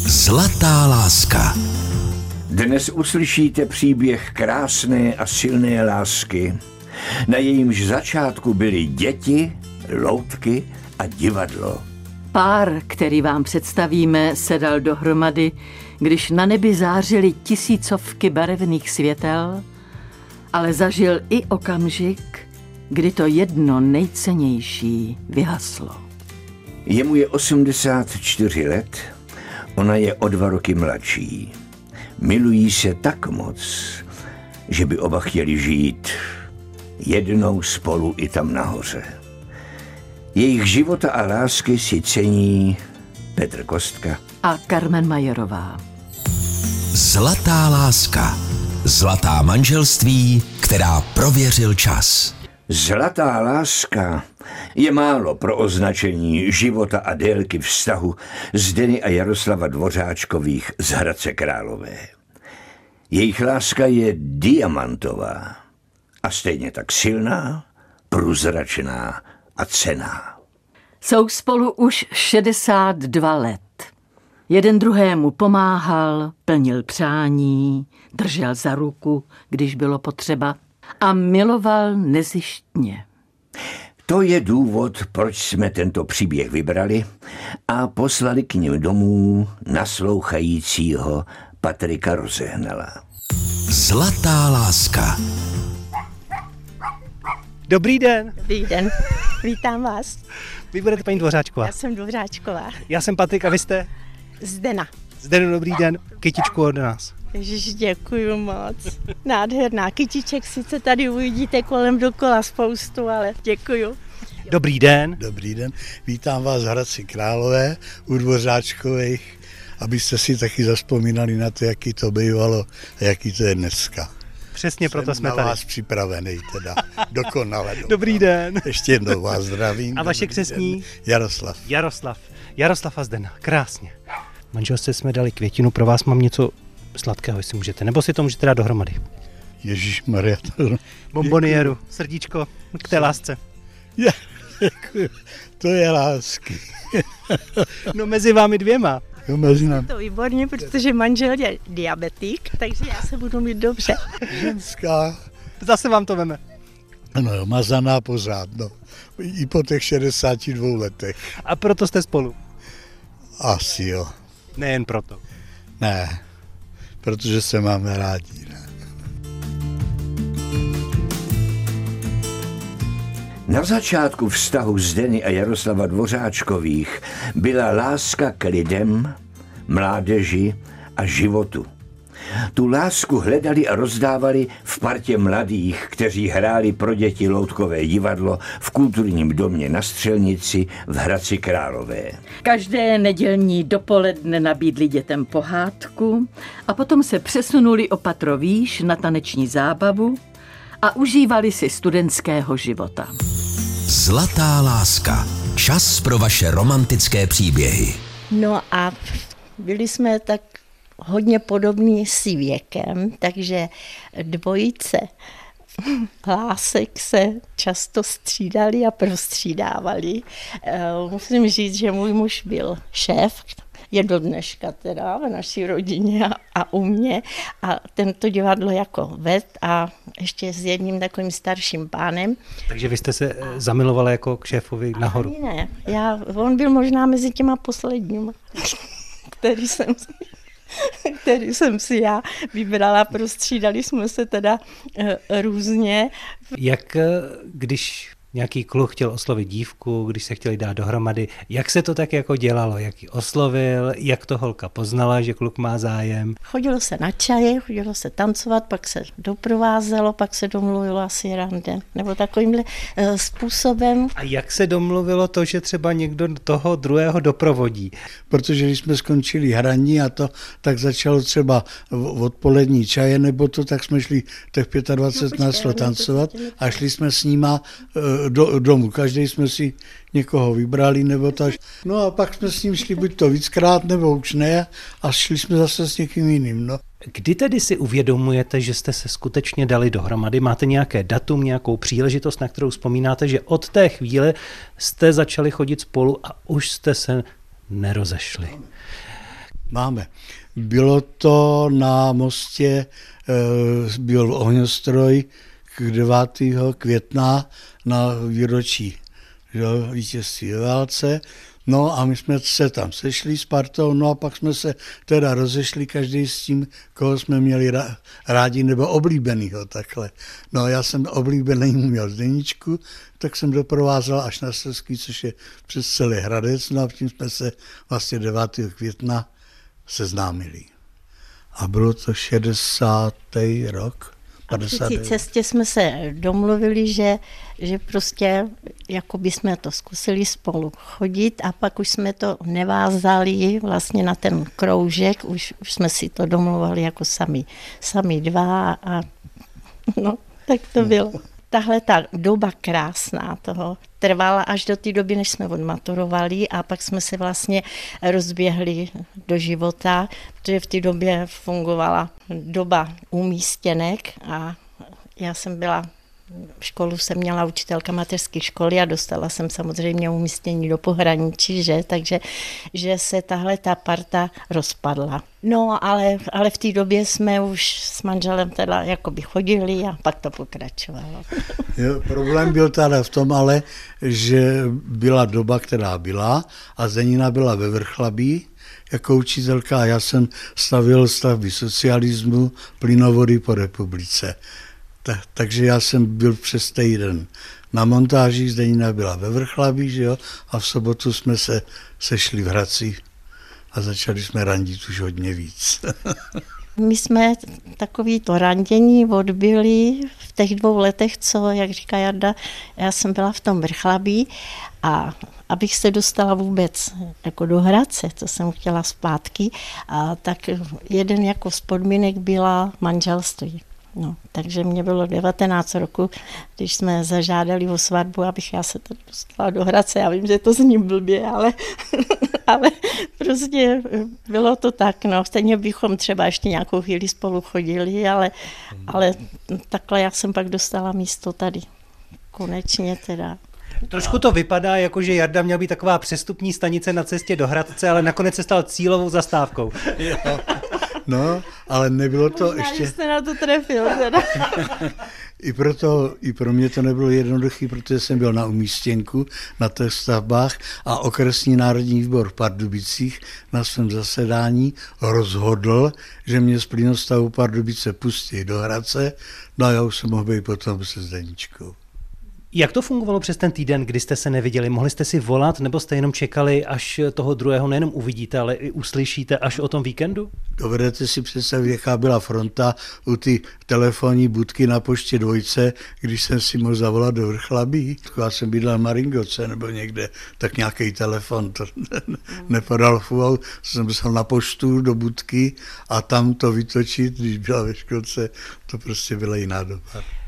Zlatá láska. Dnes uslyšíte příběh krásné a silné lásky, na jejímž začátku byly děti, loutky a divadlo. Pár, který vám představíme, se dal dohromady, když na nebi zářily tisícovky barevných světel, ale zažil i okamžik, kdy to jedno nejcennější vyhaslo. Jemu je 84 let, ona je o 2 roky mladší. Milují se tak moc, že by oba chtěli žít jednou spolu i tam nahoře. Jejich života a lásky si cení Petr Kostka a Carmen Majerová. Zlatá láska. Zlatá manželství, která prověřil čas. Zlatá láska je málo pro označení života a délky vztahu Zdeny a Jaroslava Dvořáčkových z Hradce Králové. Jejich láska je diamantová a stejně tak silná, průzračná a cenná. Jsou spolu už 62 let. Jeden druhému pomáhal, plnil přání, držel za ruku, když bylo potřeba, a miloval nezištně. To je důvod, proč jsme tento příběh vybrali a poslali k nim domů naslouchajícího Patrika Rozehnala. Zlatá láska. Dobrý den. Dobrý den, vítám vás. Vy budete paní Dvořáčková. Já jsem Dvořáčková. Já jsem Patrik a vy jste? Zdena. Zdenu, dobrý den. Kytičku od nás. Ježiš, děkuju moc. Nádherná. Kytiček sice tady uvidíte kolem dokola spoustu, ale děkuju. Dobrý den. Dobrý den. Vítám vás v Hradci Králové u Dvořáčkových, abyste si taky zavzpomínali na to, jaký to bývalo a jaký to je dneska. Přesně proto jsme na tady. Vás připravený teda. Dokonale. Dobrý den. Ještě jednou vás zdravím. A vaše křestní? Jaroslav. Jaroslav a Zdena. Krásně. Manželce jsme dali květinu, pro vás mám něco sladkého, jestli můžete. Nebo si to můžete dát dohromady. Ježišmarja. Bombonieru, srdíčko k té lásce. Děkuji. To je lásky. No mezi vámi dvěma. To výborně, protože manžel je diabetik, takže já se budu mít dobře. Ženská. Zase vám to veme. No, mazaná pořád, no. I po těch 62 letech. A proto jste spolu? Asi jo. Nejen proto. Ne, protože se máme rádi, ne. Na začátku vztahu Zdeny a Jaroslava Dvořáčkových byla láska k lidem, mládeži a životu. Tu lásku hledali a rozdávali v partě mladých, kteří hráli pro děti loutkové divadlo v kulturním domě na Střelnici v Hradci Králové. Každé nedělní dopoledne nabídli dětem pohádku a potom se přesunuli o patro výš na taneční zábavu a užívali si studentského života. Zlatá láska. Čas pro vaše romantické příběhy. No a byli jsme tak hodně podobní si věkem, takže dvojice lásek se často střídali a prostřídávali. Musím říct, že můj muž byl šéf, je do dneška teda v naší rodině a u mě, a tento divadlo jako ved a ještě s jedním takovým starším pánem. Takže vy jste se zamilovala jako k šéfovi nahoru? Ani ne, on byl možná mezi těma posledníma, který jsem si já vybrala, prostřídali jsme se teda různě. Jak když nějaký kluk chtěl oslovit dívku, když se chtěli dát dohromady, jak se to tak jako dělalo? Jak ji oslovil, jak to holka poznala, že kluk má zájem? Chodilo se na čaje, chodilo se tancovat, pak se doprovázelo, pak se domluvilo asi rande, nebo takovýmhle způsobem. A jak se domluvilo to, že třeba někdo toho druhého doprovodí? Protože když jsme skončili hraní a to, tak začalo třeba odpolední čaje nebo to, tak jsme šli těch 25 nás tancovat a šli jsme s nima domů. Každý jsme si někoho vybrali nebo tak. No a pak jsme s ním šli buď to víckrát nebo už ne a šli jsme zase s někým jiným. No. Kdy tedy si uvědomujete, že jste se skutečně dali dohromady? Máte nějaké datum, nějakou příležitost, na kterou vzpomínáte, že od té chvíle jste začali chodit spolu a už jste se nerozešli? Máme. Bylo to na mostě, byl ohňostroj k 9. května na výročí vítězství ve válce. No a my jsme se tam sešli s partou, no a pak jsme se teda rozešli každý s tím, koho jsme měli rádi nebo oblíbenýho takhle. No já jsem oblíbený měl Zdeníčku, tak jsem doprovázel až na Slezský, což je přes celý Hradec, no a tím jsme se vlastně 9. května seznámili. A bylo to 60. rok. A při té cestě jsme se domluvili, že prostě jako by jsme to zkusili spolu chodit a pak už jsme to nevázali vlastně na ten kroužek, už jsme si to domluvali jako sami dva a no, tak to bylo. Tahle ta doba krásná toho trvala až do té doby, než jsme odmaturovali a pak jsme se vlastně rozběhli do života, protože v té době fungovala doba umístěnek a já jsem byla, školu jsem měla učitelka mateřské školy a dostala jsem samozřejmě umístění do pohraničí, takže že se tahle ta parta rozpadla. No, ale v té době jsme už s manželem teda jakoby chodili a pak to pokračovalo. Jo, problém byl teda v tom ale, že byla doba, která byla a Zdenina byla ve Vrchlabí jako učitelka a já jsem stavěl stavby socialismu, plynovody po republice. Takže já jsem byl přes týden na montáži, Zdenina byla ve Vrchlabí, že jo, a v sobotu jsme se sešli v Hradci a začali jsme randit už hodně víc. My jsme takový to randění odbyli v těch 2 letech, co, jak říká Jarda, já jsem byla v tom Vrchlabí a abych se dostala vůbec jako do Hradce, co jsem chtěla zpátky, tak jeden jako z podmínek byla manželství. No, takže mě bylo 19 roku, když jsme zažádali o svatbu, abych já se to dostala do Hradce. Já vím, že to zní blbě, ale prostě bylo to tak. No. Stejně bychom třeba ještě nějakou chvíli spolu chodili, ale takhle já jsem pak dostala místo tady. Konečně teda. Trošku to vypadá, jako že Jarda měl být taková přestupní stanice na cestě do Hradce, ale nakonec se stal cílovou zastávkou. No, ale nebylo to možná, ještě... jste na to trefil teda. I pro mě to nebylo jednoduché, protože jsem byl na umístěnku na těch stavbách a okresní národní výbor v Pardubicích na svém zasedání rozhodl, že mě z plynostavu Pardubice pustí do Hradce, no a já už jsem mohl být potom se Zdeníčkou. Jak to fungovalo přes ten týden, kdy jste se neviděli? Mohli jste si volat, nebo jste jenom čekali, až toho druhého nejenom uvidíte, ale i uslyšíte až o tom víkendu? Dovedete si představit, jaká byla fronta u ty telefonní budky na Poště 2, když jsem si mohl zavolat do Vrchlabí. Já jsem bydlel v Maringoce nebo někde, tak nějaký telefon to nepodal fůl. Jsem musel na poštu do budky a tam to vytočit, když byla ve školce, to prostě byla jiná doba.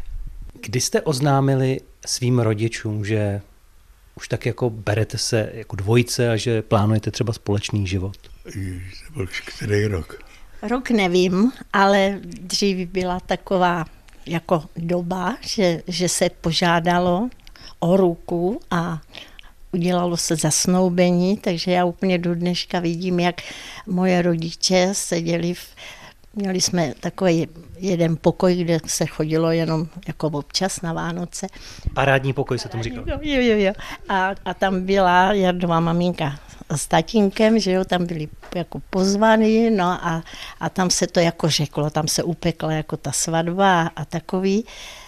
Kdy jste oznámili svým rodičům, že už tak jako berete se jako dvojice a že plánujete třeba společný život? To byl který rok? Rok nevím, ale dřív byla taková jako doba, že se požádalo o ruku a udělalo se zasnoubení, takže já úplně do dneška vidím, jak moje rodiče seděli měli jsme takový jeden pokoj, kde se chodilo jenom jako občas na Vánoce. Parádní pokoj se tomu říkalo. Jo. A tam byla Jardová maminka s tatínkem, že jo, tam byli jako pozvaní, no a tam se to jako řeklo, tam se upekla jako ta svatba a takový.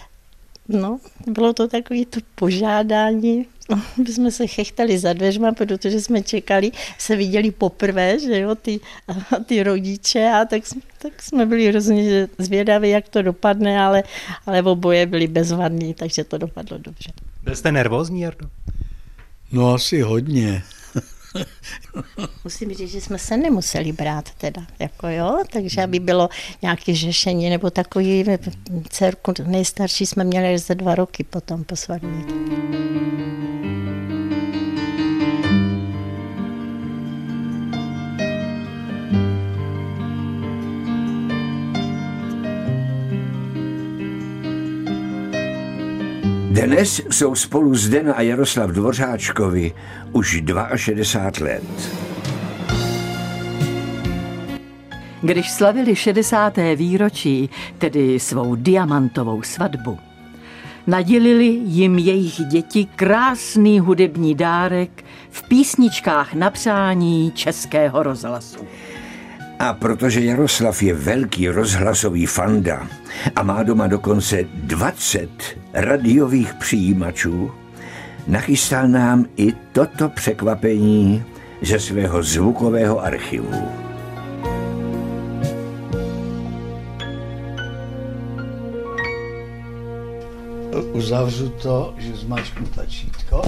No, bylo to takový to požádání. My jsme se chechtali za dveřma, protože jsme čekali, se viděli poprvé, že jo, ty rodiče a tak jsme byli hrozně zvědaví, jak to dopadne, ale oboje byli bezvadní, takže to dopadlo dobře. Byl jste nervózní, Jardo? No asi hodně. Musím říct, že jsme se nemuseli brát teda, jako jo, takže aby bylo nějaké řešení nebo takový dcerku nejstarší jsme měli za 2 roky potom po svatbě. Dnes jsou spolu Zdena a Jaroslav Dvořáčkovi už 62 let. Když slavili 60. výročí, tedy svou diamantovou svatbu, nadělili jim jejich děti krásný hudební dárek v písničkách na přání Českého rozhlasu. A protože Jaroslav je velký rozhlasový fanda a má doma dokonce 20 radiových přijímačů, nachystal nám i toto překvapení ze svého zvukového archivu. Uzavřu to, že zmáčknu tlačítko.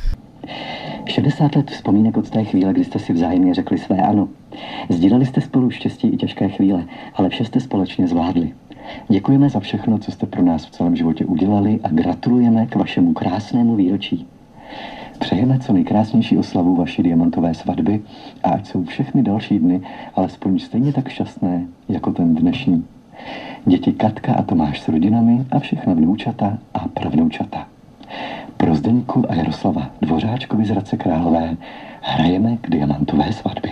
60 let vzpomínek od té chvíle, kdy jste si vzájemně řekli své ano. Sdíleli jste spolu štěstí i těžké chvíle, ale vše jste společně zvládli. Děkujeme za všechno, co jste pro nás v celém životě udělali a gratulujeme k vašemu krásnému výročí. Přejeme co nejkrásnější oslavu vaší diamantové svatby a ať jsou všechny další dny alespoň stejně tak šťastné jako ten dnešní. Děti Katka a Tomáš s rodinami a všechna vnoučata a pravnoučata. Pro Zdeňku a Jaroslava Dvořáčkovi z Hradce Králové hrajeme k diamantové svatbě.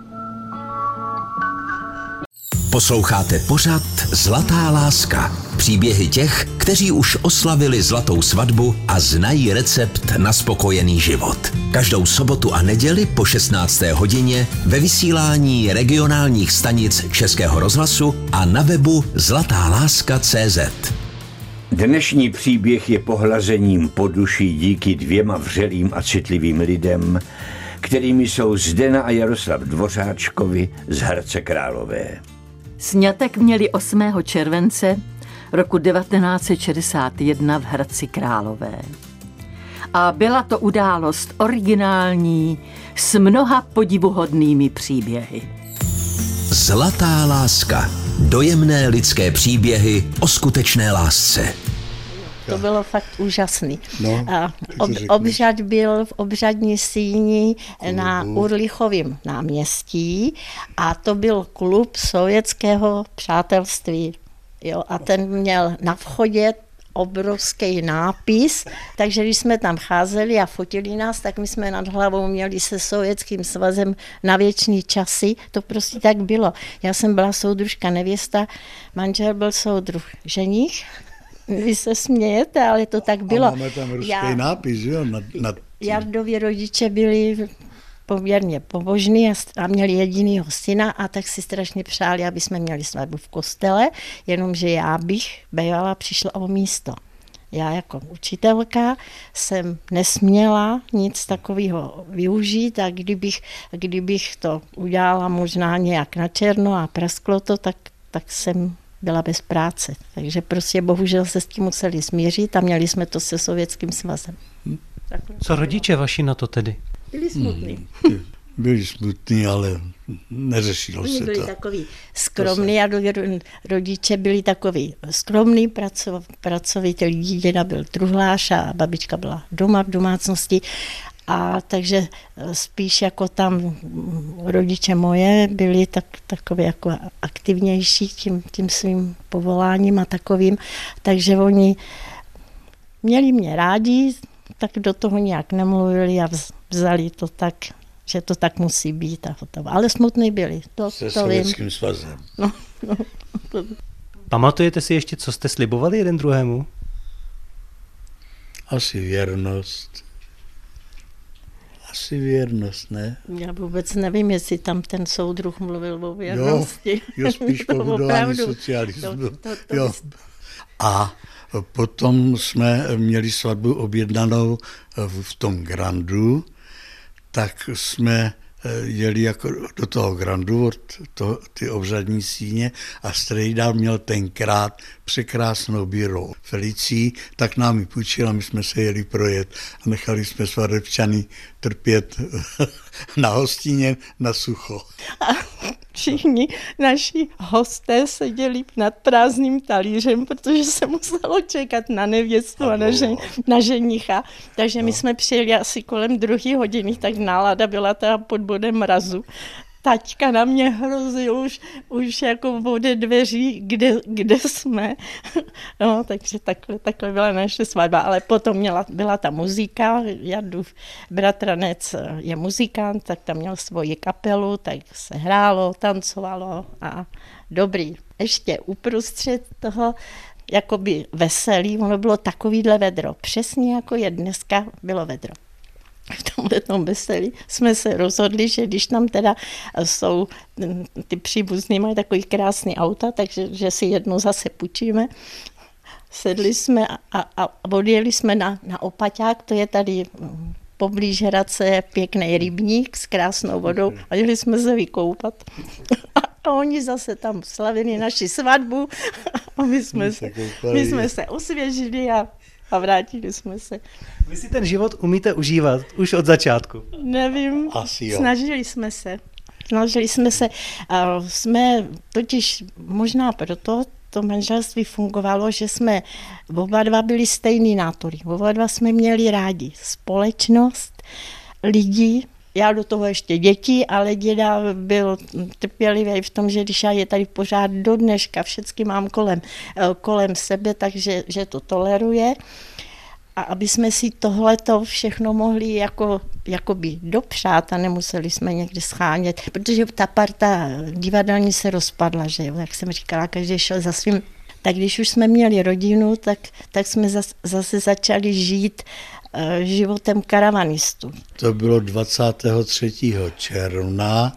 Posloucháte pořad Zlatá láska. Příběhy těch, kteří už oslavili zlatou svatbu a znají recept na spokojený život. Každou sobotu a neděli po 16. hodině ve vysílání regionálních stanic Českého rozhlasu a na webu zlatáláska.cz. Dnešní příběh je pohlazením po duši díky 2 vřelým a citlivým lidem, kterými jsou Zdena a Jaroslav Dvořáčkovi z Hradce Králové. Sňatek měli 8. července roku 1961 v Hradci Králové. A byla to událost originální s mnoha podivuhodnými příběhy. Zlatá láska. Dojemné lidské příběhy o skutečné lásce. To bylo fakt úžasný. No, a obřad byl v obřadní síni na Urlichovém náměstí a to byl klub sovětského přátelství. Jo, a ten měl na vchodě obrovský nápis, takže když jsme tam cházeli a fotili nás, tak my jsme nad hlavou měli se Sovětským svazem na věčný časy. To prostě tak bylo. Já jsem byla soudružka nevěsta, manžel byl soudruh ženich. Vy se smějete, ale to tak bylo. A máme tam ruský nápis, jo? Jardovi rodiče byli poměrně pobožní a měli jedinýho syna a tak si strašně přáli, aby jsme měli svatbu v kostele, jenomže já bych bývala přišla o místo. Já jako učitelka jsem nesměla nic takového využít a kdybych to udělala možná nějak na černo a prasklo to, tak jsem byla bez práce. Takže prostě bohužel se s tím museli smířit a měli jsme to se Sovětským svazem. Co rodiče vaši na to tedy? Byli smutní. Byli smutní, ale neřešilo se to. Byli takový skromní a rodiče byli takový skromný, pracovitý lidi. Děda byl truhlář a babička byla doma v domácnosti. A takže spíš jako tam rodiče moje byli takový jako aktivnější tím svým povoláním a takovým. Takže oni měli mě rádi, tak do toho nějak nemluvili a vzali to tak, že to tak musí být. Ale smutný byli. Se Sovětským svazem. No. Pamatujete si ještě, co jste slibovali jeden druhému? Asi věrnost, ne? Já vůbec nevím, jestli tam ten soudruh mluvil o věrnosti. Jo, spíš po budování socialismu. A potom jsme měli svatbu objednanou v tom Grandu, tak jsme jeli jako do toho Grandu od ty obřadní síně a strejda měl tenkrát překrásnou bírou Felicii, tak nám ji půjčil a my jsme se jeli projet a nechali jsme svatebčany trpět na hostině na sucho. A všichni naši hosté seděli nad prázdným talířem, protože se muselo čekat na nevěstu a na ženicha. Takže my jsme přijeli asi kolem 2 hodiny, tak nálada byla teda pod bodem mrazu. taťka na mě hrozil už jako ode dveří, kde jsme. No, takže takhle byla naše svatba, ale potom byla ta muzika, Jardův bratranec je muzikant, tak tam měl svoji kapelu, tak se hrálo, tancovalo a dobrý. Ještě uprostřed toho jakoby veselý, ono bylo takovýhle vedro, přesně jako je dneska bylo vedro. V tomhletom veselí jsme se rozhodli, že když tam teda jsou ty příbuzní, mají takový krásný auta, takže že si jedno zase půjčíme. Sedli jsme a odjeli jsme na Opaťák, to je tady poblíž Hradce pěkný rybník s krásnou vodou a jeli jsme se vykoupat. A oni zase tam slavili naši svatbu a my jsme se osvěžili a vrátili jsme se. Vy si ten život umíte užívat už od začátku? Nevím, asi jo. Snažili jsme se. A jsme totiž možná proto to manželství fungovalo, že jsme oba dva byli stejný nátory. Oba dva jsme měli rádi společnost, lidi, já do toho ještě děti, ale děda byl trpělivý v tom, že když já je tady pořád do dneška, všechny mám kolem sebe, takže že to toleruje. A aby jsme si tohleto všechno mohli jakoby dopřát a nemuseli jsme někde schánět, protože ta parta divadelní se rozpadla, že jo, jak jsem říkala, každý šel za svým. Tak když už jsme měli rodinu, tak jsme zase začali žít životem karavanistů. To bylo 23. června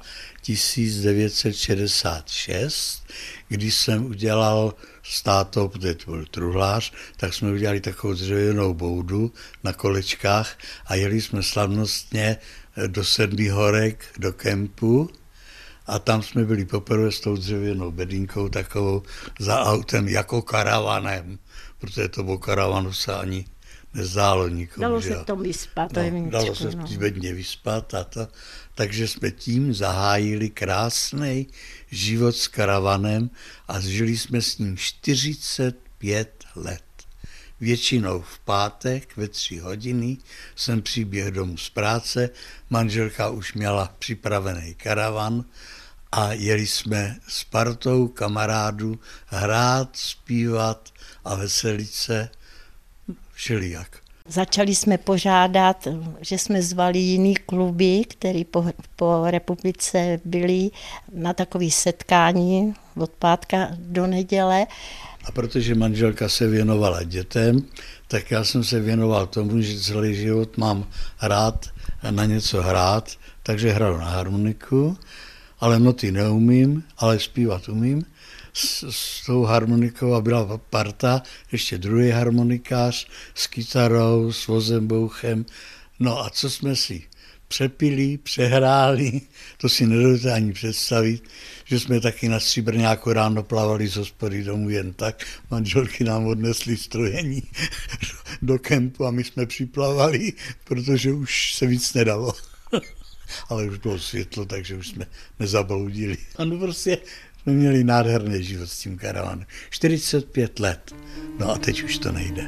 1966, když jsem udělal s tátou, protože to byl truhlář, tak jsme udělali takovou dřevěnou boudu na kolečkách a jeli jsme slavnostně do Sedmých horek, do kempu a tam jsme byli poprvé s tou dřevěnou bedínkou takovou za autem jako karavanem, protože to bylo karavanu se ani nezdálo nikomu. Dalo se v tom vyspat. Dalo se v bedně vyspat a to. Takže jsme tím zahájili krásný život s karavanem a žili jsme s ním 45 let. Většinou v pátek ve 3 hodiny jsem přiběhl domů z práce, manželka už měla připravený karavan a jeli jsme s partou kamarádů hrát, zpívat a veselit se všelijak. Začali jsme pořádat, že jsme zvali jiný kluby, které po republice byly na takové setkání od pátka do neděle. A protože manželka se věnovala dětem, tak já jsem se věnoval tomu, že celý život mám rád na něco hrát, takže hraju na harmoniku, ale noty neumím, ale zpívat umím. S tou harmonikou a byla parta, ještě druhý harmonikář s kytarou, s vozem bouchem. No a co jsme si přepili, přehráli, to si nedovedete ani představit, že jsme taky na Stříbrňáku ráno plavali z hospody domů jen tak. Manželky nám odnesly strojení do kempu a my jsme připlavali, protože už se víc nedalo. Ale už bylo světlo, takže už jsme nezabloudili. Ano, prostě jsme měli nádherný život s tím karavanem. 45 let. No a teď už to nejde.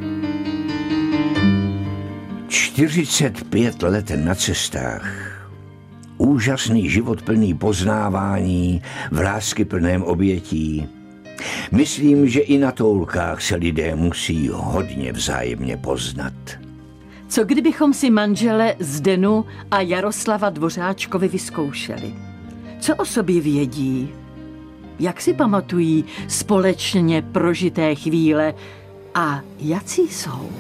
45 let na cestách. Úžasný život plný poznávání, v láskyplném obětí. Myslím, že i na toulkách se lidé musí hodně vzájemně poznat. Co kdybychom si manžele Zdenu a Jaroslava Dvořáčkovi vyzkoušeli? Co o sobě vědí? Jak si pamatují společně prožité chvíle a jací jsou?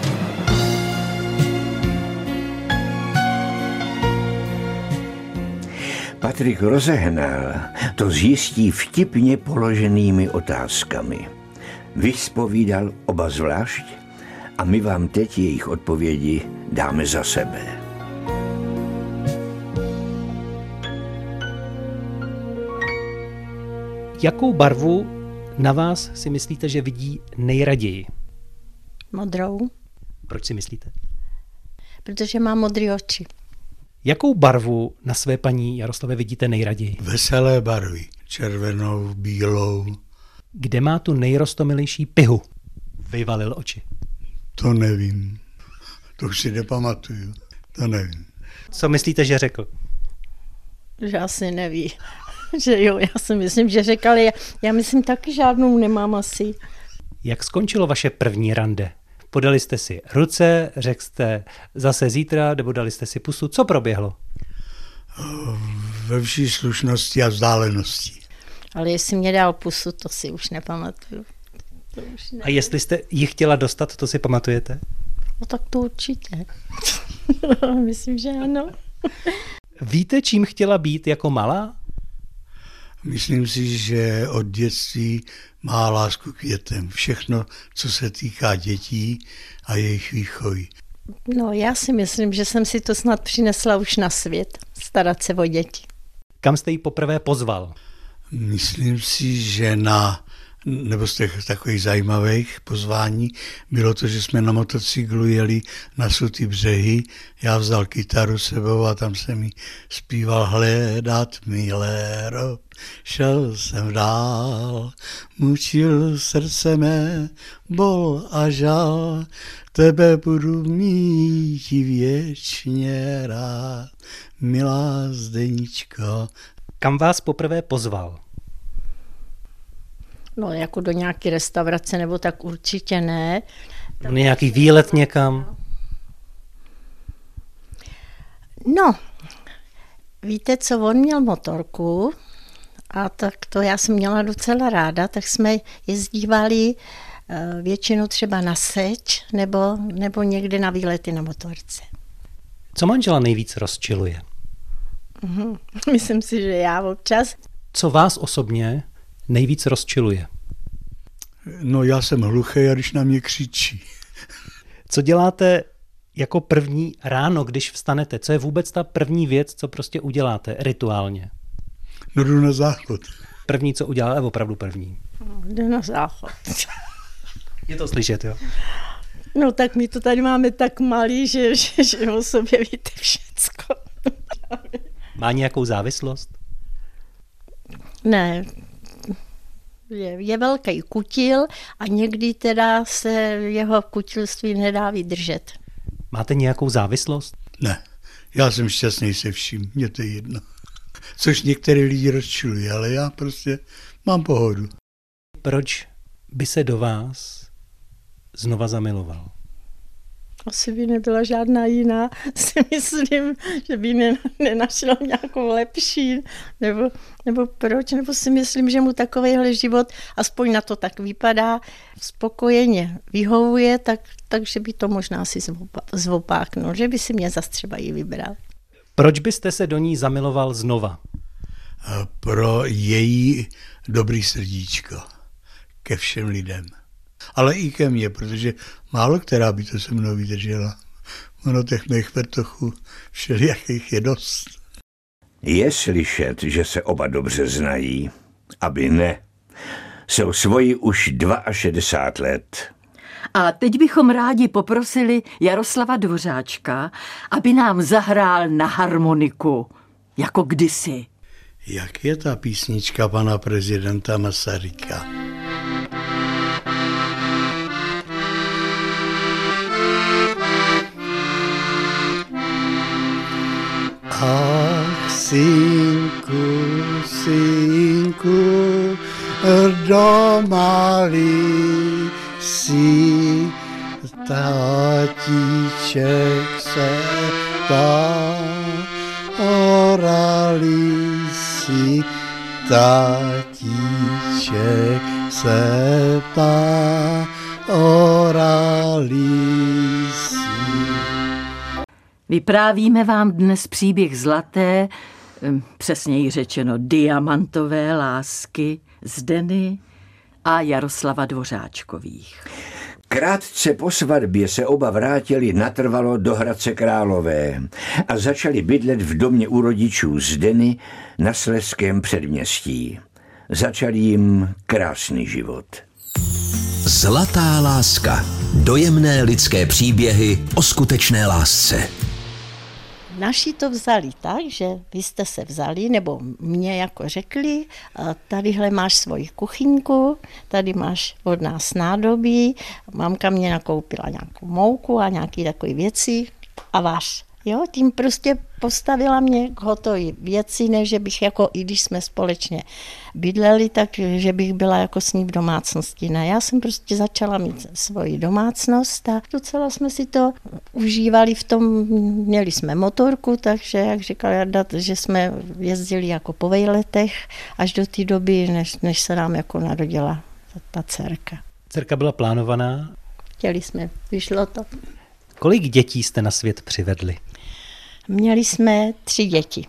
Patrik rozehnal to zjistí vtipně položenými otázkami. Vyspovídal oba zvlášť a my vám teď jejich odpovědi dáme za sebe. Jakou barvu na vás si myslíte, že vidí nejraději? Modrou. Proč si myslíte? Protože má modré oči. Jakou barvu na své paní Jaroslavě vidíte nejraději? Veselé barvy. Červenou, bílou. Kde má tu nejrostomilejší pihu? Vyvalil oči. To nevím. To už si nepamatuju. To nevím. Co myslíte, že řekl? Že asi neví. Že jo, já si myslím, že řekl, ale já myslím taky žádnou nemám asi. Jak skončilo vaše první rande? Podali jste si ruce, řekl jste zase zítra, nebo dali jste si pusu. Co proběhlo? Ve vší slušnosti a vzdálenosti. Ale jestli mě dal pusu, to si už nepamatuju. A jestli jste ji chtěla dostat, to si pamatujete? No tak to určitě. Myslím, že ano. Víte, čím chtěla být jako malá? Myslím si, že od dětství má lásku k dětem. Všechno, co se týká dětí a jejich výchovy. No, já si myslím, že jsem si to snad přinesla už na svět, starat se o děti. Kam jste ji poprvé pozval? Myslím si, že nebo z těch takových zajímavých pozvání bylo to, že jsme na motocyklu jeli na Sutý břehy, já vzal kytaru sebou a tam jsem jí zpíval hledat miléro. Šel jsem dál, mučil srdce mé, bol a žal, tebe budu mít věčně rád, milá Zdeničko. Kam vás poprvé pozval? No, jako do nějaké restaurace, nebo tak určitě ne. Nějaký výlet někam? No, víte co, on měl motorku a tak to já jsem měla docela ráda, tak jsme jezdívali většinou třeba na seč nebo někde na výlety na motorce. Co manžela nejvíc rozčiluje? Myslím si, že já občas. Co vás osobně nejvíc rozčiluje? No, já jsem hluchý, a když na mě křičí. Co děláte jako první ráno, když vstanete? Co je vůbec ta první věc, co prostě uděláte rituálně? No, jdu na záchod. První, co uděláte, opravdu první? Jdu na záchod. Je to slyšet, jo? No, tak my to tady máme tak malý, že o sobě víte všecko. Má nějakou závislost? Ne, je velký kutil a někdy teda se jeho kutilství nedá vydržet. Máte nějakou závislost? Ne, já jsem šťastný se vším, mně to je jedno. Což některé lidi rozčiluje, ale já prostě mám pohodu. Proč by se do vás znova zamiloval? Asi by nebyla žádná jiná, si myslím, že by nenašel nějakou lepší, nebo proč, nebo si myslím, že mu takovýhle život, aspoň na to tak vypadá, spokojeně vyhovuje, takže by to možná si zvopáknul, že by si mě zas třeba i vybral. Proč byste se do ní zamiloval znova? Pro její dobrý srdíčko ke všem lidem. Ale i ke mně, protože málo která by to se mnou vydržela. Ono těch mých vrtochů všelijakých je dost. Je slyšet, že se oba dobře znají, aby ne. Jsou svoji už 62 let. A teď bychom rádi poprosili Jaroslava Dvořáčka, aby nám zahrál na harmoniku, jako kdysi. Jak je ta písnička pana prezidenta Masaryka? Ach, synku, synku, domalý si, tatíček se ptá, oralý si, tatíček se ptá, oralý si. Vyprávíme vám dnes příběh zlaté, přesněji řečeno diamantové lásky Zdeny a Jaroslava Dvořáčkových. Krátce po svatbě se oba vrátili natrvalo do Hradce Králové a začali bydlet v domě u rodičů Zdeny na Slezském předměstí. Začal jim krásný život. Zlatá láska. Dojemné lidské příběhy o skutečné lásce. Naši to vzali tak, že vy jste se vzali, nebo mě jako řekli, tadyhle máš svoji kuchyňku, tady máš od nás nádobí, mamka mě nakoupila nějakou mouku a nějaké takové věci a váš. Jo, tím prostě postavila mě k hotové věci, ne, že bych jako, i když jsme společně bydleli, tak že bych byla jako s ní v domácnosti. Ne, já jsem prostě začala mít svoji domácnost a docela jsme si to užívali v tom, měli jsme motorku, takže, jak říkal Jarda, že jsme jezdili jako po vejletech až do té doby, než se nám jako narodila ta dcerka. Dcerka byla plánovaná? Chtěli jsme, vyšlo to. Kolik dětí jste na svět přivedli? Měli jsme 3 děti.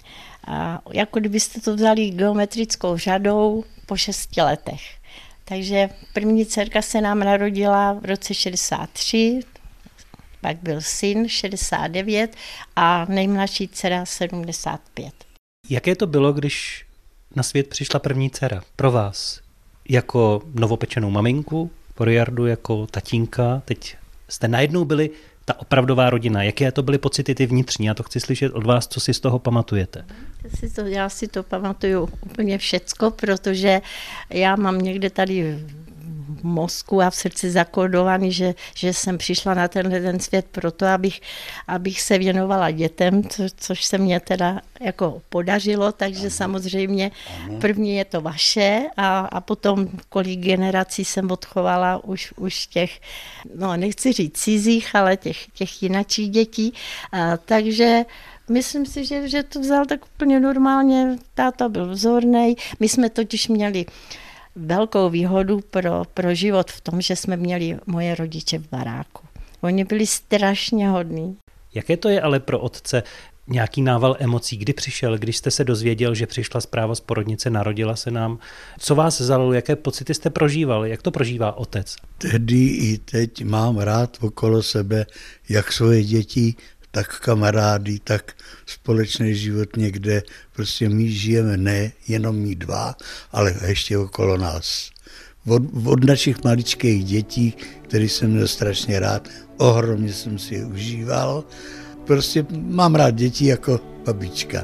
A jako kdybyste to vzali geometrickou řadou po 6 letech. Takže první dcerka se nám narodila v roce 63, pak byl syn 69 a nejmladší dcera 75. Jaké to bylo, když na svět přišla první dcera pro vás? Jako novopečenou maminku, pro Jardu jako tatínka, teď jste najednou byli ta opravdová rodina. Jaké to byly pocity ty vnitřní? Já to chci slyšet od vás, co si z toho pamatujete. Já si to pamatuju úplně všecko, protože já mám někde tady v mozku a v srdci zakódovaný, že jsem přišla na ten svět proto, abych se věnovala dětem, což se mně teda jako podařilo, takže samozřejmě první je to vaše a potom kolik generací jsem odchovala už těch, no nechci říct cizích, ale těch jinačích dětí, takže myslím si, že to vzal tak úplně normálně, táta byl vzornej, my jsme totiž měli velkou výhodu pro život v tom, že jsme měli moje rodiče v baráku. Oni byli strašně hodní. Jaké to je ale pro otce nějaký nával emocí? Kdy přišel, když jste se dozvěděl, že přišla zpráva z porodnice, narodila se nám? Co vás zalilo, jaké pocity jste prožíval? Jak to prožívá otec? Tehdy i teď mám rád okolo sebe jak svoje děti, tak kamarády, tak společný život někde. Prostě my žijeme ne jenom my dva, ale ještě okolo nás. Od našich maličkých dětí, který jsem měl strašně rád, ohromně jsem si je užíval. Prostě mám rád děti jako babička.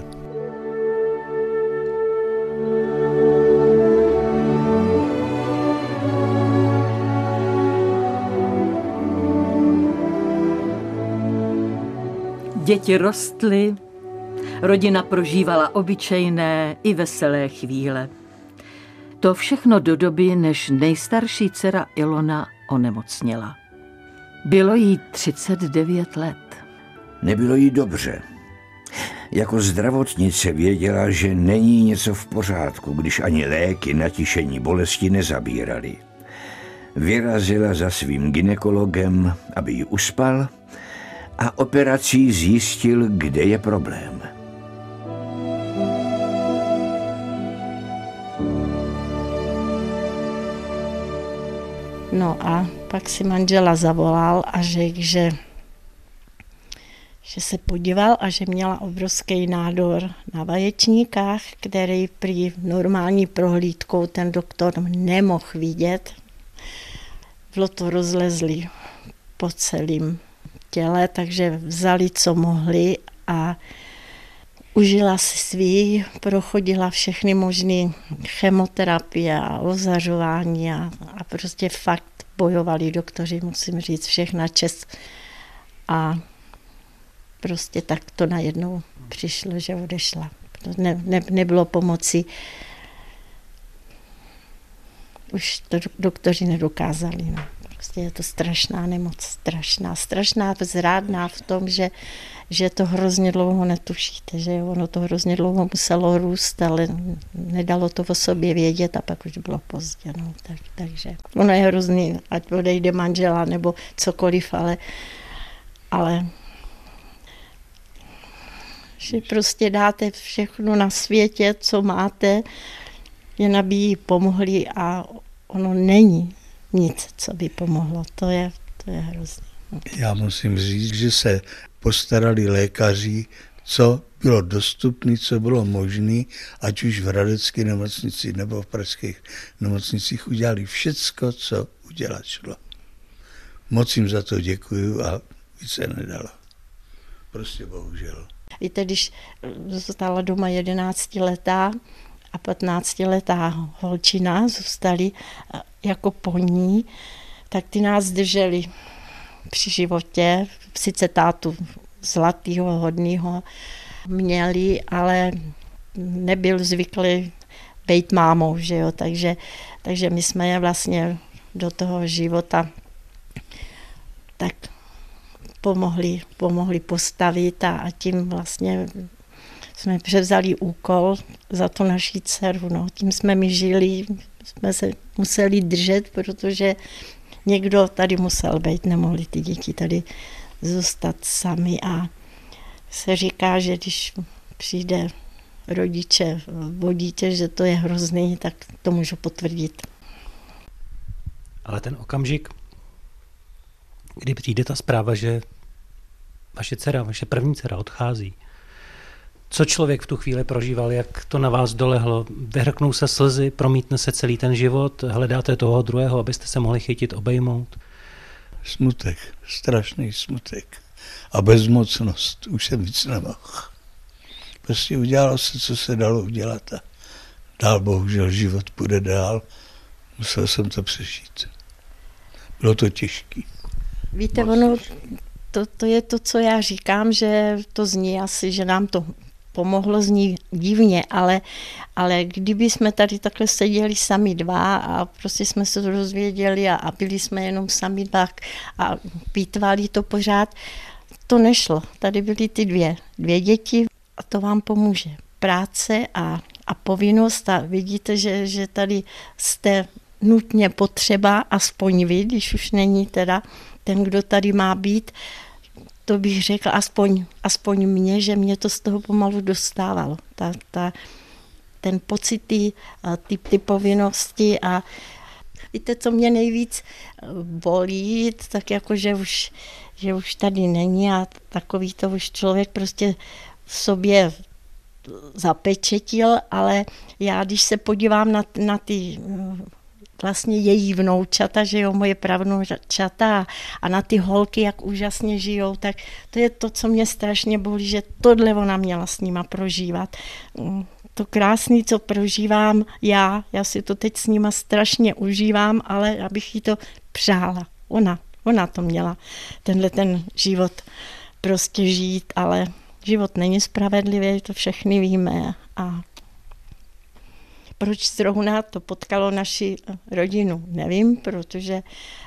Děti rostly, rodina prožívala obyčejné i veselé chvíle. To všechno do doby, než nejstarší dcera Ilona onemocněla. Bylo jí 39 let. Nebylo jí dobře. Jako zdravotnice věděla, že není něco v pořádku, když ani léky na tišení bolesti nezabírali. Vyrazila za svým gynekologem, aby ji uspal, a operací zjistil, kde je problém. No a pak si manžela zavolal a řekl, že se podíval a že měla obrovský nádor na vaječníkách, který prý normální prohlídkou ten doktor nemohl vidět. Bylo to rozlezlý po celém těle, takže vzali, co mohli a užila si svý, prochodila všechny možné chemoterapie a ozařování a prostě fakt bojovali doktoři, musím říct, všechna čest. A prostě tak to najednou přišlo, že odešla. Nebylo pomoci. Už to doktoři nedokázali. No. Prostě je to strašná nemoc, strašná, zrádná v tom, že to hrozně dlouho netušíte, že ono to hrozně dlouho muselo růst, ale nedalo to o sobě vědět a pak už bylo pozdě. No. Takže ono je hrozný, ať odejde manžela nebo cokoliv, ale že prostě dáte všechno na světě, co máte, jen aby jí pomohli a ono není nic, co by pomohlo. To je hrozný. Já musím říct, že se postarali lékaři, co bylo dostupné, co bylo možné, ať už v hradecké nemocnici nebo v pražských nemocnicích udělali všecko, co udělat šlo. Moc jim za to děkuju a více nedalo. Prostě bohužel. Víte, když zůstala doma 11letá a 15letá holčina zůstali jako po ní, tak ty nás drželi při životě. Sice tátu zlatýho, hodnýho měli, ale nebyl zvyklý být mámou, že jo, takže my jsme je vlastně do toho života tak pomohli postavit a tím vlastně jsme převzali úkol za tu naši dceru. No. Tím jsme my žili, jsme se museli držet, protože někdo tady musel být, nemohli ty děti tady zůstat sami a se říká, že když přijde rodiče o dítě, že to je hrozný, tak to můžu potvrdit. Ale ten okamžik, kdy přijde ta zpráva, že vaše první dcera odchází, co člověk v tu chvíli prožíval, jak to na vás dolehlo, vyhrknou se slzy, promítne se celý ten život, hledáte toho druhého, abyste se mohli chytit, obejmout? Smutek, strašný smutek a bezmocnost, už jsem víc nemohl. Prostě udělalo se, co se dalo udělat a dál bohužel život půjde dál. Musel jsem to přežít. Bylo to těžké. Víte, ono, to je to, co já říkám, že to zní asi, že nám to pomohlo, zní divně, ale kdyby jsme tady takhle seděli sami dva a prostě jsme se to dozvěděli a byli jsme jenom sami dva a pítvali to pořád, to nešlo. Tady byly ty dvě děti a to vám pomůže. Práce a povinnost a vidíte, že tady jste nutně potřeba, aspoň vy, když už není teda ten, kdo tady má být, to bych řekla aspoň mě, že mě to z toho pomalu dostávalo. Ten pocit, ty povinnosti a víte, co mě nejvíc bolí, tak jako, že už tady není a takový to už člověk prostě v sobě zapečetil, ale já, když se podívám na ty vlastně její vnoučata, že jo, moje pravnoučata a na ty holky, jak úžasně žijou, tak to je to, co mě strašně bolí, že tohle ona měla s nima prožívat. To krásné, co prožívám já si to teď s nima strašně užívám, ale abych jí to přála. Ona to měla, ten život prostě žít, ale život není spravedlivý, to všechny víme a proč zrovna to potkalo naši rodinu, nevím, protože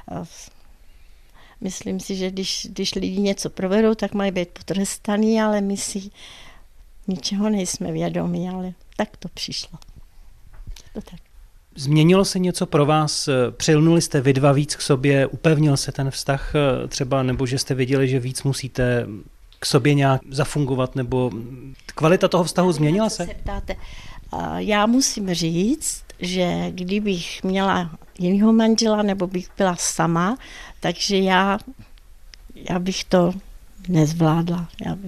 myslím si, že když lidi něco provedou, tak mají být potrestaný, ale my si ničeho nejsme vědomí, ale tak to přišlo. To tak. Změnilo se něco pro vás? Přilnuli jste vy dva víc k sobě? Upevnil se ten vztah třeba? Nebo že jste viděli, že víc musíte k sobě nějak zafungovat? Nebo kvalita toho vztahu změnila se? Já musím říct, že kdybych měla jinýho manžela nebo bych byla sama, takže já bych to nezvládla.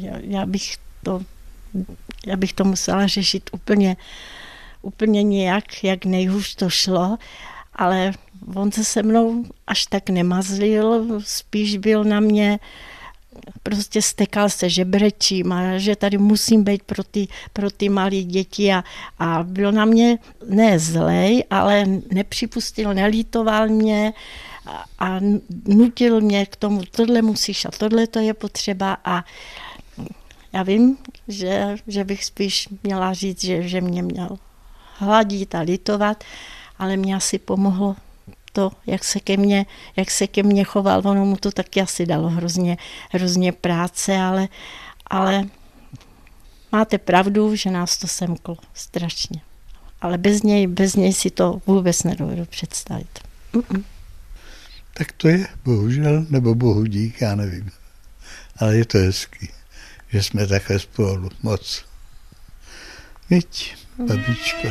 Já bych to musela řešit úplně nějak, jak nejhůř to šlo, ale on se mnou až tak nemazlil, spíš byl na mě, prostě stekal se žebrečím a že tady musím být pro ty malé děti a byl na mě ne zlej, ale nepřipustil, nelítoval mě a nutil mě k tomu, tohle musíš a tohle to je potřeba a já vím, že bych spíš měla říct, že mě měl hladit a litovat, ale mě asi pomohlo to, jak se ke mně choval, ono mu to taky asi dalo hrozně práce, ale máte pravdu, že nás to semklo strašně. Ale bez něj si to vůbec nedovedu představit. Tak to je, bohužel, nebo bohu dík, já nevím. Ale je to hezký, že jsme takhle spolu moc. Viď, babičko.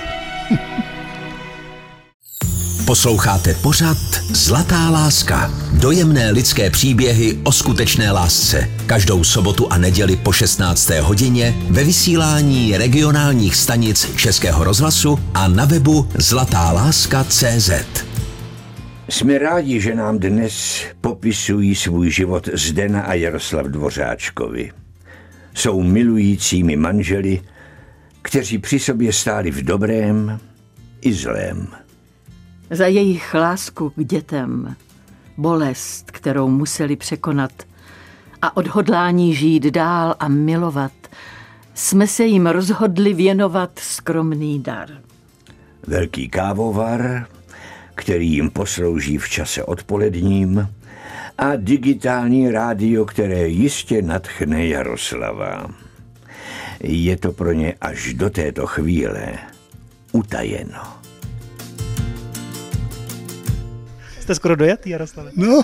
Posloucháte pořad Zlatá láska. Dojemné lidské příběhy o skutečné lásce. Každou sobotu a neděli po 16. hodině ve vysílání regionálních stanic Českého rozhlasu a na webu zlatáláska.cz. Jsme rádi, že nám dnes popisují svůj život Zdena a Jaroslav Dvořáčkovi. Jsou milujícími manželi, kteří při sobě stáli v dobrém i zlém. Za jejich lásku k dětem, bolest, kterou museli překonat a odhodlání žít dál a milovat jsme se jim rozhodli věnovat skromný dar. Velký kávovar, který jim poslouží v čase odpoledním, a digitální rádio, které jistě nadchne Jaroslava. Je to pro ně až do této chvíle utajeno. Jste skoro dojatý, Jaroslave? No,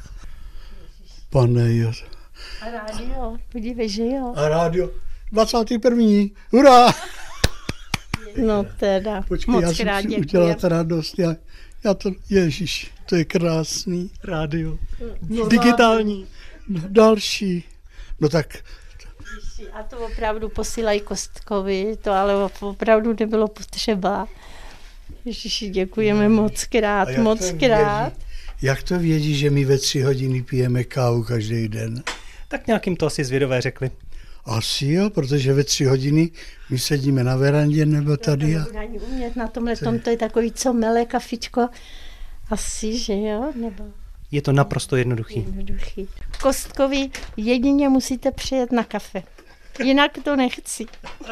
pane Jar. A rádio, podívej, že jo. A rádio, 21. Hurá! No teda, Počkej, moc já jsem krát si děkuji. udělat radost. Já to, ježiš, to je krásný. Rádio. No, Digitální. No, další. No tak, A to opravdu posílají Kostkovi, to ale opravdu nebylo potřeba. Ježiši, děkujeme moc krát, moc krát. Jak to vědí, že my ve 3 hodiny pijeme kávu každý den? Tak nějakým to asi zvědové řekli. Asi jo, protože ve 3 hodiny my sedíme na verandě nebo tady. To ani umět na tomhle tom, to je takový, co mele kafičko. Asi, že jo? Nebo Je to naprosto jednoduchý. jednoduchý. Kostkovi jedině musíte přijet na kafe. Jinak to nechci.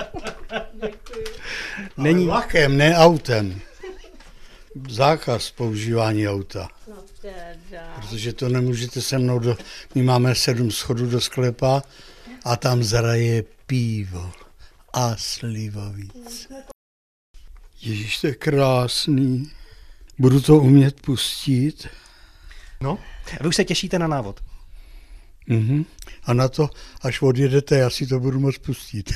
Není vlakem, ne autem. Zákaz používání auta. No teda. Protože to nemůžete se mnou My máme 7 schodů do sklepa a tam zraje pivo a slivovic. Ježíš, to je krásný. Budu to umět pustit. No, a vy už se těšíte na návod. Mhm. A na to, až odjedete, já si to budu moct pustit.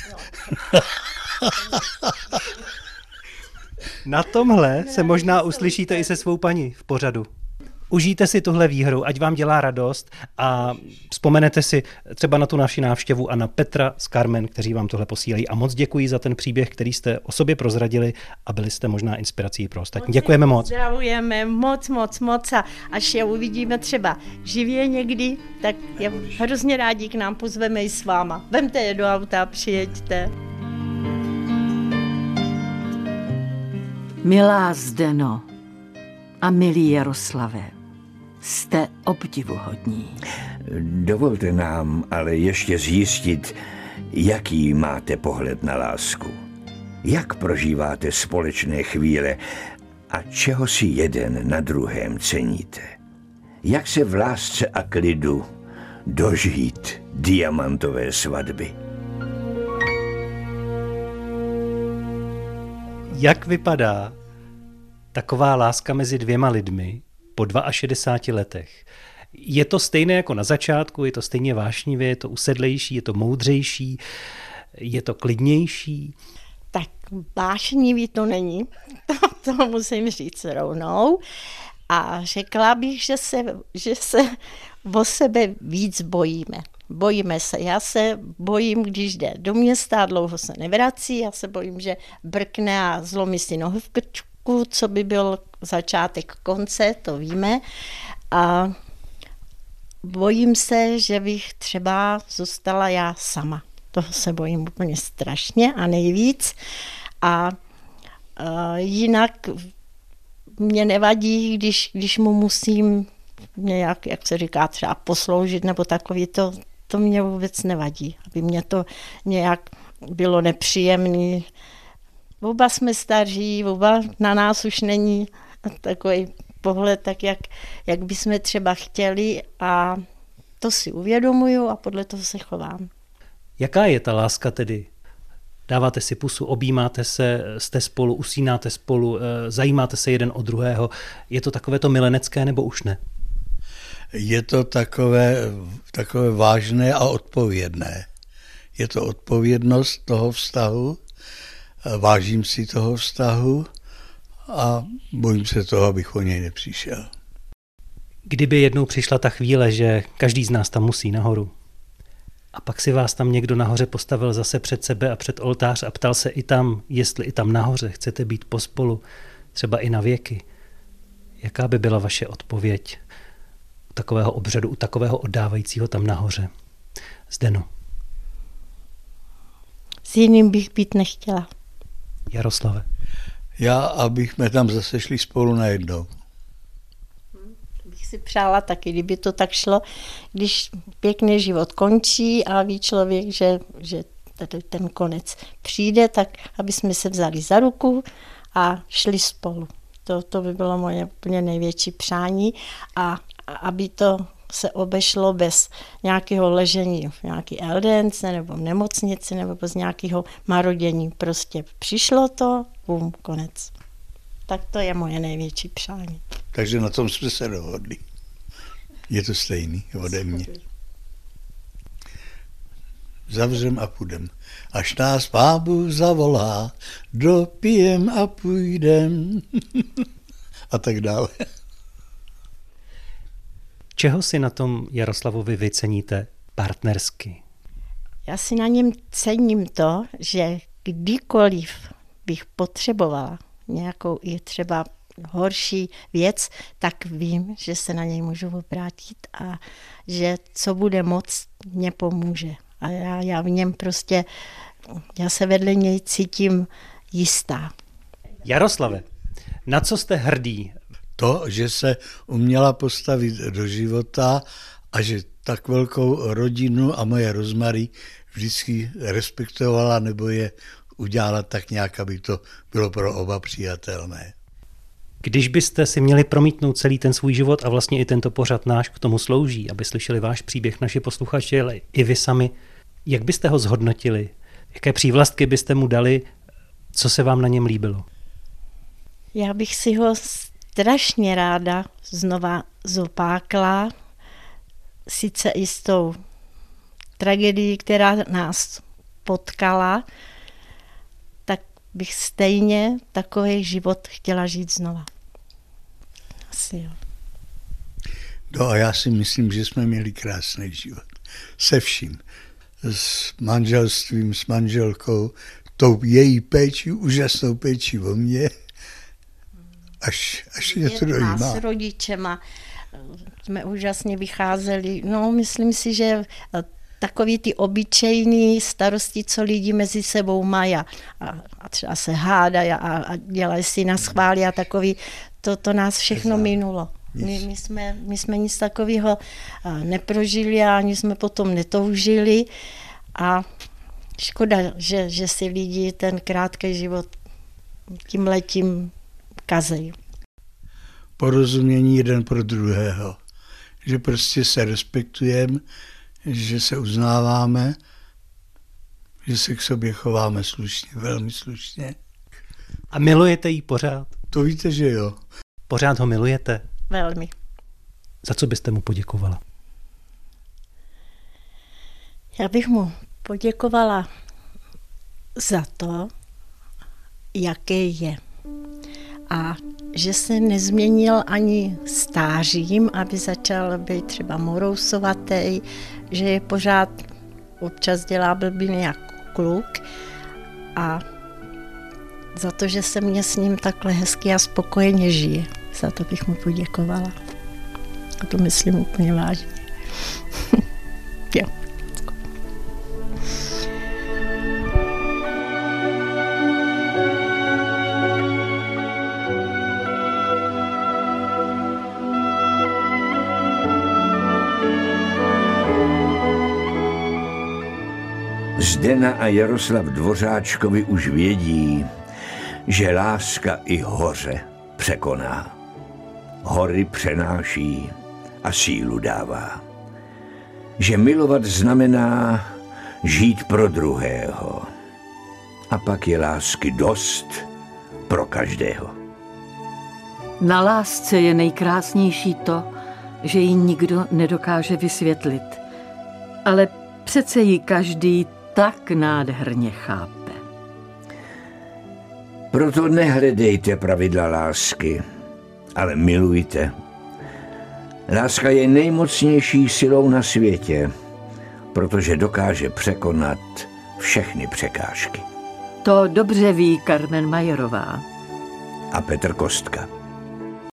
Na tomhle se možná uslyšíte i se svou paní v pořadu. Užijte si tuhle výhru, ať vám dělá radost a vzpomenete si třeba na tu naši návštěvu a na Petra s Carmen, kteří vám tohle posílají. A moc děkuji za ten příběh, který jste o sobě prozradili a byli jste možná inspirací pro ostatní. Děkujeme moc. Zdravujeme moc a až je uvidíme třeba živě někdy, tak je hrozně rádi k nám pozveme i s váma. Vemte je do auta a přijeďte. Milá Zdeno a milý Jaroslave, jste obdivuhodní. Dovolte nám ale ještě zjistit, jaký máte pohled na lásku. Jak prožíváte společné chvíle a čeho si jeden na druhém ceníte. Jak se v lásce a klidu dožít diamantové svatby. Jak vypadá taková láska mezi 2 lidmi po 62 letech? Je to stejné jako na začátku, je to stejně vášnivě, je to usedlejší, je to moudřejší, je to klidnější? Tak vášnivý to není, to musím říct rovnou. A řekla bych, že se o sebe víc bojíme. Bojíme se. Já se bojím, když jde do města, dlouho se nevrací, já se bojím, že brkne a zlomí si nohu v krčku, co by byl začátek konce, to víme. A bojím se, že bych třeba zůstala já sama. Toho se bojím úplně strašně a nejvíc. A jinak mě nevadí, když mu musím nějak, jak se říká, třeba posloužit nebo takový, to mě vůbec nevadí, aby mě to nějak bylo nepříjemný. Oba jsme staří, oba na nás už není takový pohled, tak jak bychom třeba chtěli a to si uvědomuju a podle toho se chovám. Jaká je ta láska tedy? Dáváte si pusu, objímáte se, jste spolu, usínáte spolu, zajímáte se jeden o druhého. Je to takové to milenecké nebo už ne? Je to takové vážné a odpovědné. Je to odpovědnost toho vztahu, vážím si toho vztahu a bojím se toho, abych o něj nepřišel. Kdyby jednou přišla ta chvíle, že každý z nás tam musí nahoru a pak si vás tam někdo nahoře postavil zase před sebe a před oltář a ptal se i tam, jestli i tam nahoře chcete být pospolu, třeba i na věky, jaká by byla vaše odpověď u takového obřadu, u takového oddávajícího tam nahoře? Zdeno. S jiným bych být nechtěla. Jaroslave. Já, abych jsme tam zase šli spolu najednou. Bych bych si přála taky, kdyby to tak šlo, když pěkný život končí a ví člověk, že tady ten konec přijde, tak aby jsme se vzali za ruku a šli spolu. To by bylo moje úplně největší přání a aby to se obešlo bez nějakého ležení v nějaký eldence nebo v nemocnici nebo bez nějakého marodění. Prostě přišlo to, bum, konec. Tak to je moje největší přání. Takže na tom jsme se dohodli. Je to stejný ode mě. Zavřem a půjdem. Až nás Pán Bůh zavolá, dopijem a půjdem. A tak dále. Čeho si na tom Jaroslavovi vy ceníte partnersky? Já si na něm cením to, že kdykoliv bych potřebovala nějakou i třeba horší věc, tak vím, že se na něj můžu obrátit a že co bude moc, mě pomůže. A já v něm prostě, já se vedle něj cítím jistá. Jaroslave, na co jste hrdý? To, že se uměla postavit do života a že tak velkou rodinu a moje Rozmary vždycky respektovala nebo je udělala tak nějak, aby to bylo pro oba přijatelné. Když byste si měli promítnout celý ten svůj život a vlastně i tento pořad náš k tomu slouží, aby slyšeli váš příběh naši posluchači, ale i vy sami, jak byste ho zhodnotili? Jaké přívlastky byste mu dali? Co se vám na něm líbilo? Já bych si ho strašně ráda znova zopákla, sice i s tou tragédií, která nás potkala, tak bych stejně takový život chtěla žít znova. Asi jo. No a já si myslím, že jsme měli krásný život. Se vším. S manželstvím, s manželkou, tou její péči, úžasnou péči o mě. Až je to dojímá. S rodičema jsme úžasně vycházeli. No, myslím si, že takový ty obyčejný starosti, co lidi mezi sebou mají a třeba se hádají a dělají si na schvály a takový, to nás všechno minulo. My jsme nic takového neprožili a ani jsme potom netoužili a škoda, že si lidi ten krátký život tímhletím kazejí. Porozumění jeden pro druhého. Že prostě se respektujeme, že se uznáváme, že se k sobě chováme slušně, velmi slušně. A milujete jí pořád? To víte, že jo. Pořád ho milujete? Velmi. Za co byste mu poděkovala? Já bych mu poděkovala za to, jaký je. A že se nezměnil ani stářím, aby začal být třeba morousovatý, že je pořád občas dělá blbiny jako kluk a za to, že se mě s ním takhle hezky a spokojeně žije. Za to bych mu poděkovala. A to myslím úplně vážně. Jo. Zdena a Jaroslav Dvořáčkovi už vědí, že láska i hoře překoná. Hory přenáší a sílu dává. Že milovat znamená žít pro druhého. A pak je lásky dost pro každého. Na lásce je nejkrásnější to, že ji nikdo nedokáže vysvětlit. Ale přece ji každý tak nádherně chápe. Proto nehledejte pravidla lásky, ale milujte. Láska je nejmocnější silou na světě, protože dokáže překonat všechny překážky. To dobře ví Carmen Majerová A Petr Kostka.